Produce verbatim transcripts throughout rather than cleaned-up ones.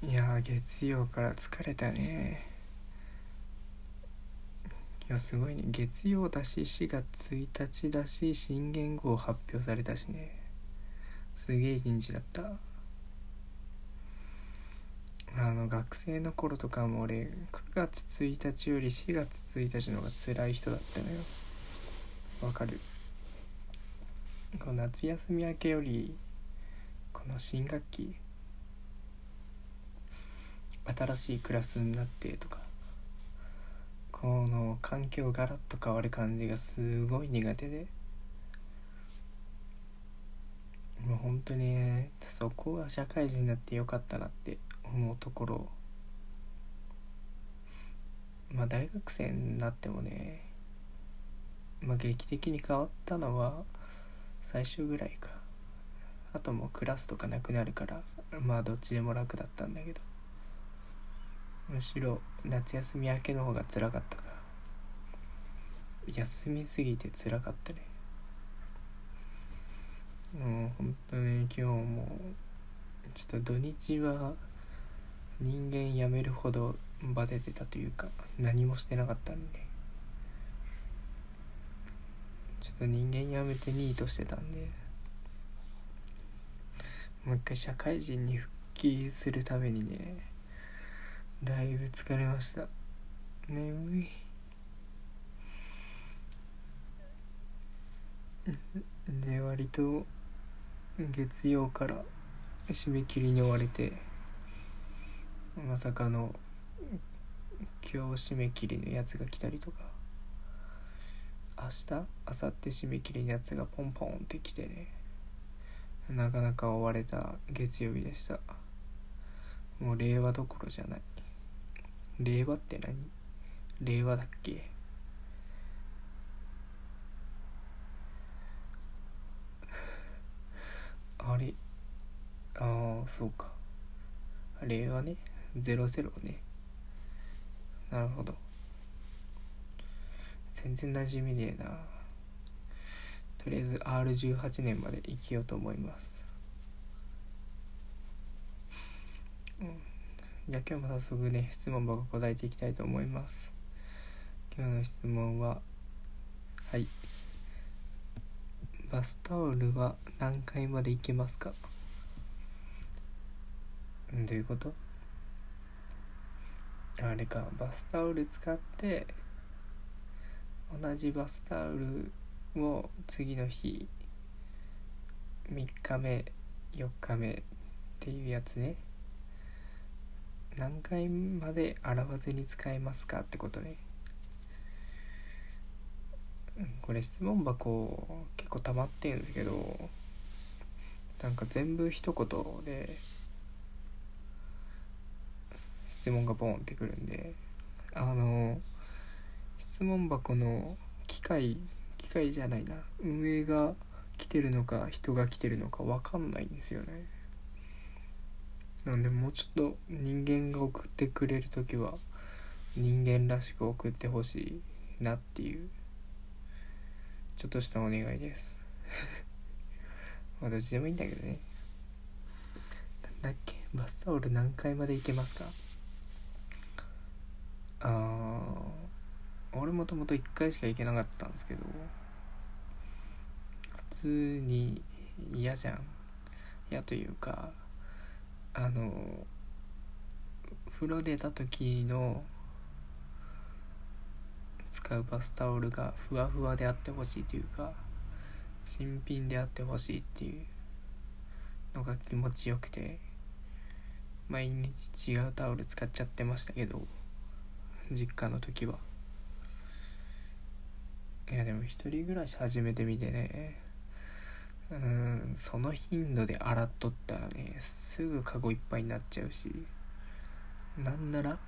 いやー月曜から疲れたね。いやすごいね、月曜だししがつついたちだし新元号発表されたしね。すげえ一日だった。あの学生の頃とかも俺くがつついたちよりしがつついたちの方が辛い人だったのよ。わかる？この夏休み明けよりこの新学期新しいクラスになってとか、この環境ガラッと変わる感じがすごい苦手で、もう本当にね、そこが社会人になってよかったなって思うところ。まあ大学生になってもね、まあ劇的に変わったのは最初ぐらいか。あともうクラスとかなくなるから、まあどっちでも楽だったんだけど、むしろ夏休み明けの方が辛かったから、休みすぎて辛かったね。もう本当に今日もちょっと土日は人間辞めるほどバテてたというか、何もしてなかったんで、ちょっと人間辞めてニートしてたんで、もう一回社会人に復帰するためにね、だいぶ疲れました。眠い。で割と月曜から締め切りに追われて、まさかの今日締め切りのやつが来たりとか、明日明後日締め切りのやつがポンポンって来てね、なかなか追われた月曜日でした。もう令和どころじゃない。令和って何？令和だっけ？あれ、ああそうか、令和ね、ゼロゼロね。なるほど。全然馴染みねえな。とりあえず アールじゅうはち 年まで生きようと思います。うん、じゃあ今日も早速ね、質問箱答えていきたいと思います。今日の質問は、はい、バスタオルは何回までいけますか？どういうこと？あれか、バスタオル使って同じバスタオルを次の日みっかめよっかめっていうやつね。何回まで洗わずに使えますかってことね。これ質問箱結構溜まってるんですけど、なんか全部一言で質問がボンってくるんで、あの質問箱の機械機械じゃないな運営が来てるのか人が来てるのか分かんないんですよね。なんでもうちょっと人間が送ってくれるときは人間らしく送ってほしいなっていうちょっとしたお願いですまあどっちでもいいんだけどね。なんだっけ、バスタオル何回までいけますか？あー、俺もともといっかいしか行けなかったんですけど、普通に嫌じゃん。嫌というか、あの風呂出た時の使うバスタオルがふわふわであってほしいというか、新品であってほしいっていうのが気持ちよくて、毎日違うタオル使っちゃってましたけど、実家の時は。いやでも一人暮らし始めてみてね、うーんその頻度で洗っとったらね、すぐカゴいっぱいになっちゃうし、なんなら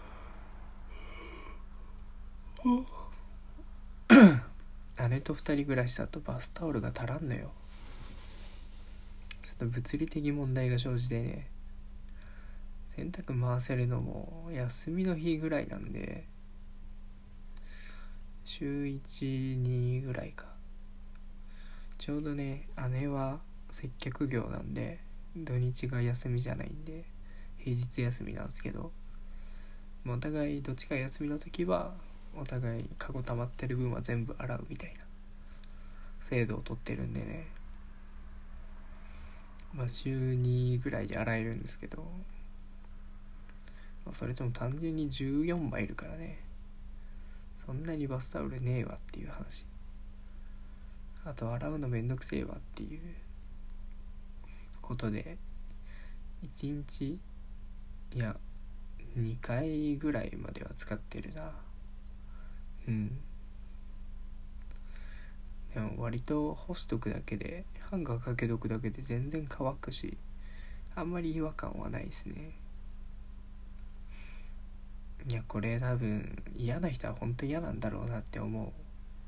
姉と二人暮らしだとバスタオルが足らんのよ。ちょっと物理的問題が生じてね、洗濯回せるのも休みの日ぐらいなんで、週いち、にぐらいか。ちょうどね、姉は接客業なんで土日が休みじゃないんで平日休みなんですけど、お互いどっちか休みの時はお互いカゴ溜まってる分は全部洗うみたいな制度をとってるんでね、まあ週にぐらいで洗えるんですけど、まあ、それとも単純にじゅうよんまいいるからね、そんなにバスタオルねえわっていう話。あと洗うのめんどくせえわっていうことでいちにちいやにかいぐらいまでは使ってるな。うんでも割と干しとくだけで、ハンガーかけとくだけで全然乾くし、あんまり違和感はないですね。いやこれ多分嫌な人は本当嫌なんだろうなって思う。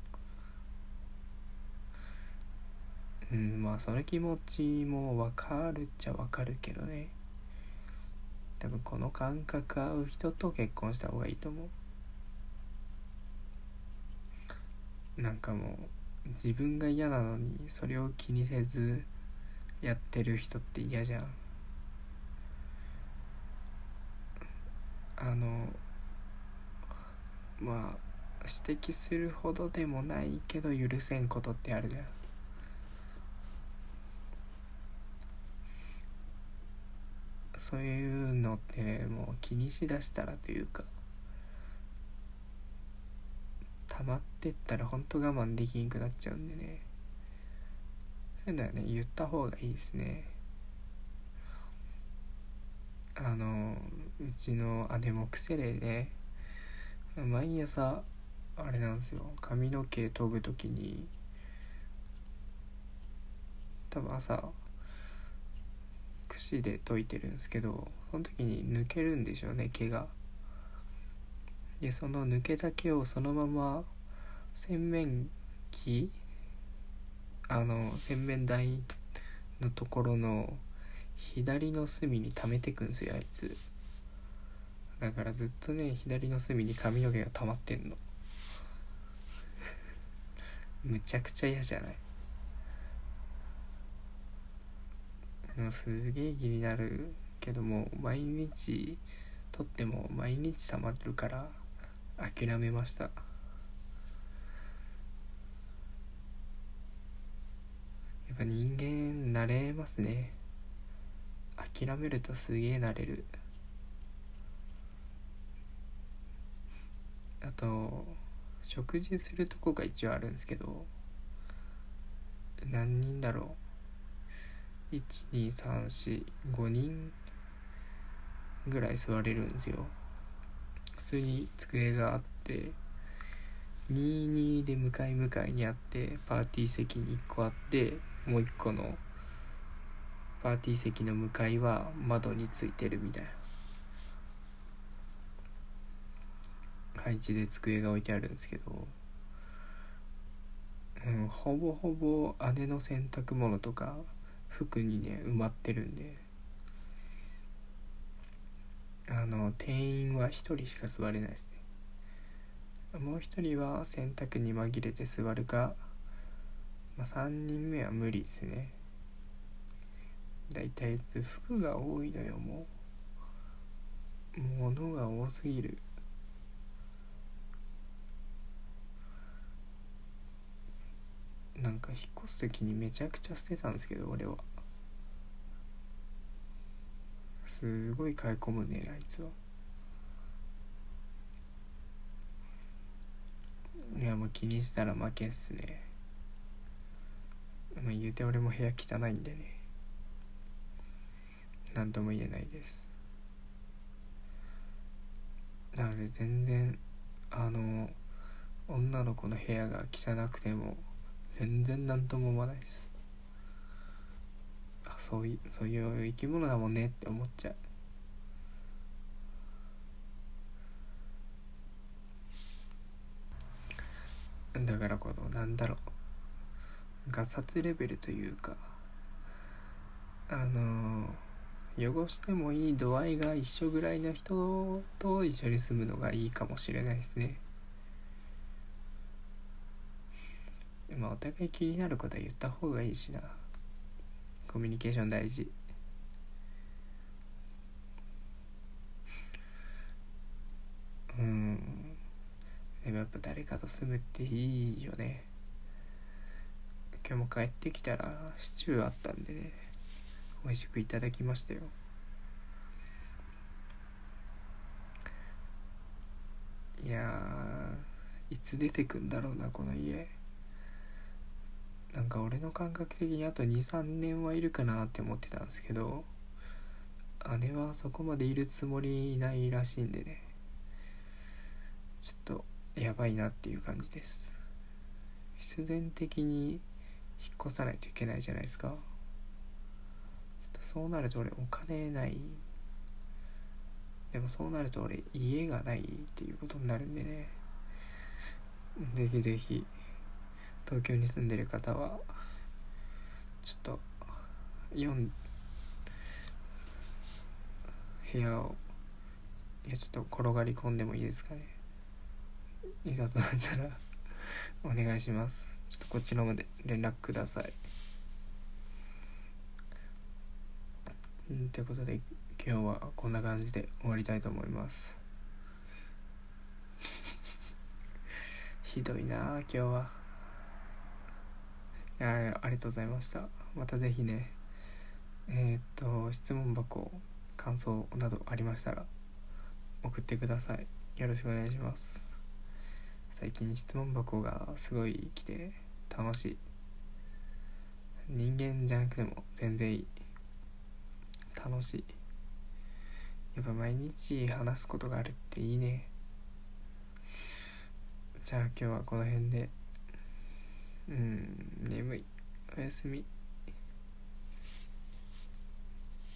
うん、まあその気持ちもわかるっちゃわかるけどね。多分この感覚合う人と結婚した方がいいと思う。なんかもう自分が嫌なのにそれを気にせずやってる人って嫌じゃん。あのまあ指摘するほどでもないけど許せんことってあるじゃん。そういうのってね、もう気にしだしたらというか、溜まってったらほんと我慢できんくなっちゃうんでね、そういうのはね言った方がいいですね。あのうちの姉も癖でね、毎朝あれなんですよ、髪の毛研ぐときに多分朝櫛で研いてるんですけど、その時に抜けるんでしょうね、毛が。でその抜けた毛をそのまま洗面器あの洗面台のところの左の隅に溜めてくんですよあいつ。だからずっとね左の隅に髪の毛が溜まってんのむちゃくちゃ嫌じゃない？もうすげえ気になるけども、毎日取っても毎日溜まるから諦めました。やっぱ人間慣れますね。諦めるとすげえ慣れる。あと食事するとこが一応あるんですけど、何人だろう、いちにさんしごにんぐらい座れるんですよ。普通に机があってににで向かい向かいにあって、パーティー席にいっこあって、もういっこのパーティー席の向かいは窓についてるみたいな配置で机が置いてあるんですけど、うん、ほぼほぼ姉の洗濯物とか服にね埋まってるんで、あの店員はひとりしか座れないですね。もう一人は洗濯に紛れて座るか、まあ、さんにんめは無理ですね。だいたい服が多いのよ。もう物が多すぎる。なんか引っ越す時にめちゃくちゃ捨てたんですけど、俺はすごい買い込むねあいつは。いやもう気にしたら負けっすね。まあ言うて俺も部屋汚いんでね、なんとも言えないです。なので全然あの女の子の部屋が汚くても全然なんとも思わないです。あ、そういうそういう生き物だもんねって思っちゃう。だからこのなんだろう、ガサツレベルというか、あの汚してもいい度合いが一緒ぐらいの人と一緒に住むのがいいかもしれないですね。まあお互い気になることは言った方がいいしな。コミュニケーション大事。 うんでもやっぱ誰かと住むっていいよね。今日も帰ってきたらシチューあったんでね、美味しくいただきましたよ。いやーいつ出てくんだろうなこの家。なんか俺の感覚的にあと にさんねんはいるかなって思ってたんですけど、姉はそこまでいるつもりないらしいんでね、ちょっとやばいなっていう感じです。必然的に引っ越さないといけないじゃないですか。ちょっとそうなると俺お金ない。でもそうなると俺家がないっていうことになるんでね、ぜひぜひ東京に住んでる方はちょっとよん部屋を、いやちょっと転がり込んでもいいですかね。いざとなったらお願いします。ちょっとこっちの方で連絡ください。うんということで今日はこんな感じで終わりたいと思います。ひどいな今日は。いやありがとうございました。またぜひね、えー、っと質問箱感想などありましたら送ってください。よろしくお願いします。最近質問箱がすごい来て楽しい。人間じゃなくても全然いい。楽しい。やっぱ毎日話すことがあるっていいね。じゃあ今日はこの辺で。うん眠い。おやすみ。